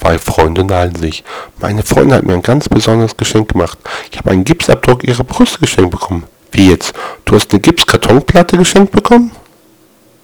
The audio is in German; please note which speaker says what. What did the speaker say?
Speaker 1: Zwei Freunde unterhalten sich. Meine Freundin hat mir ein ganz besonderes Geschenk gemacht. Ich habe einen Gipsabdruck ihrer Brust geschenkt bekommen. Wie jetzt? Du hast eine Gipskartonplatte geschenkt bekommen?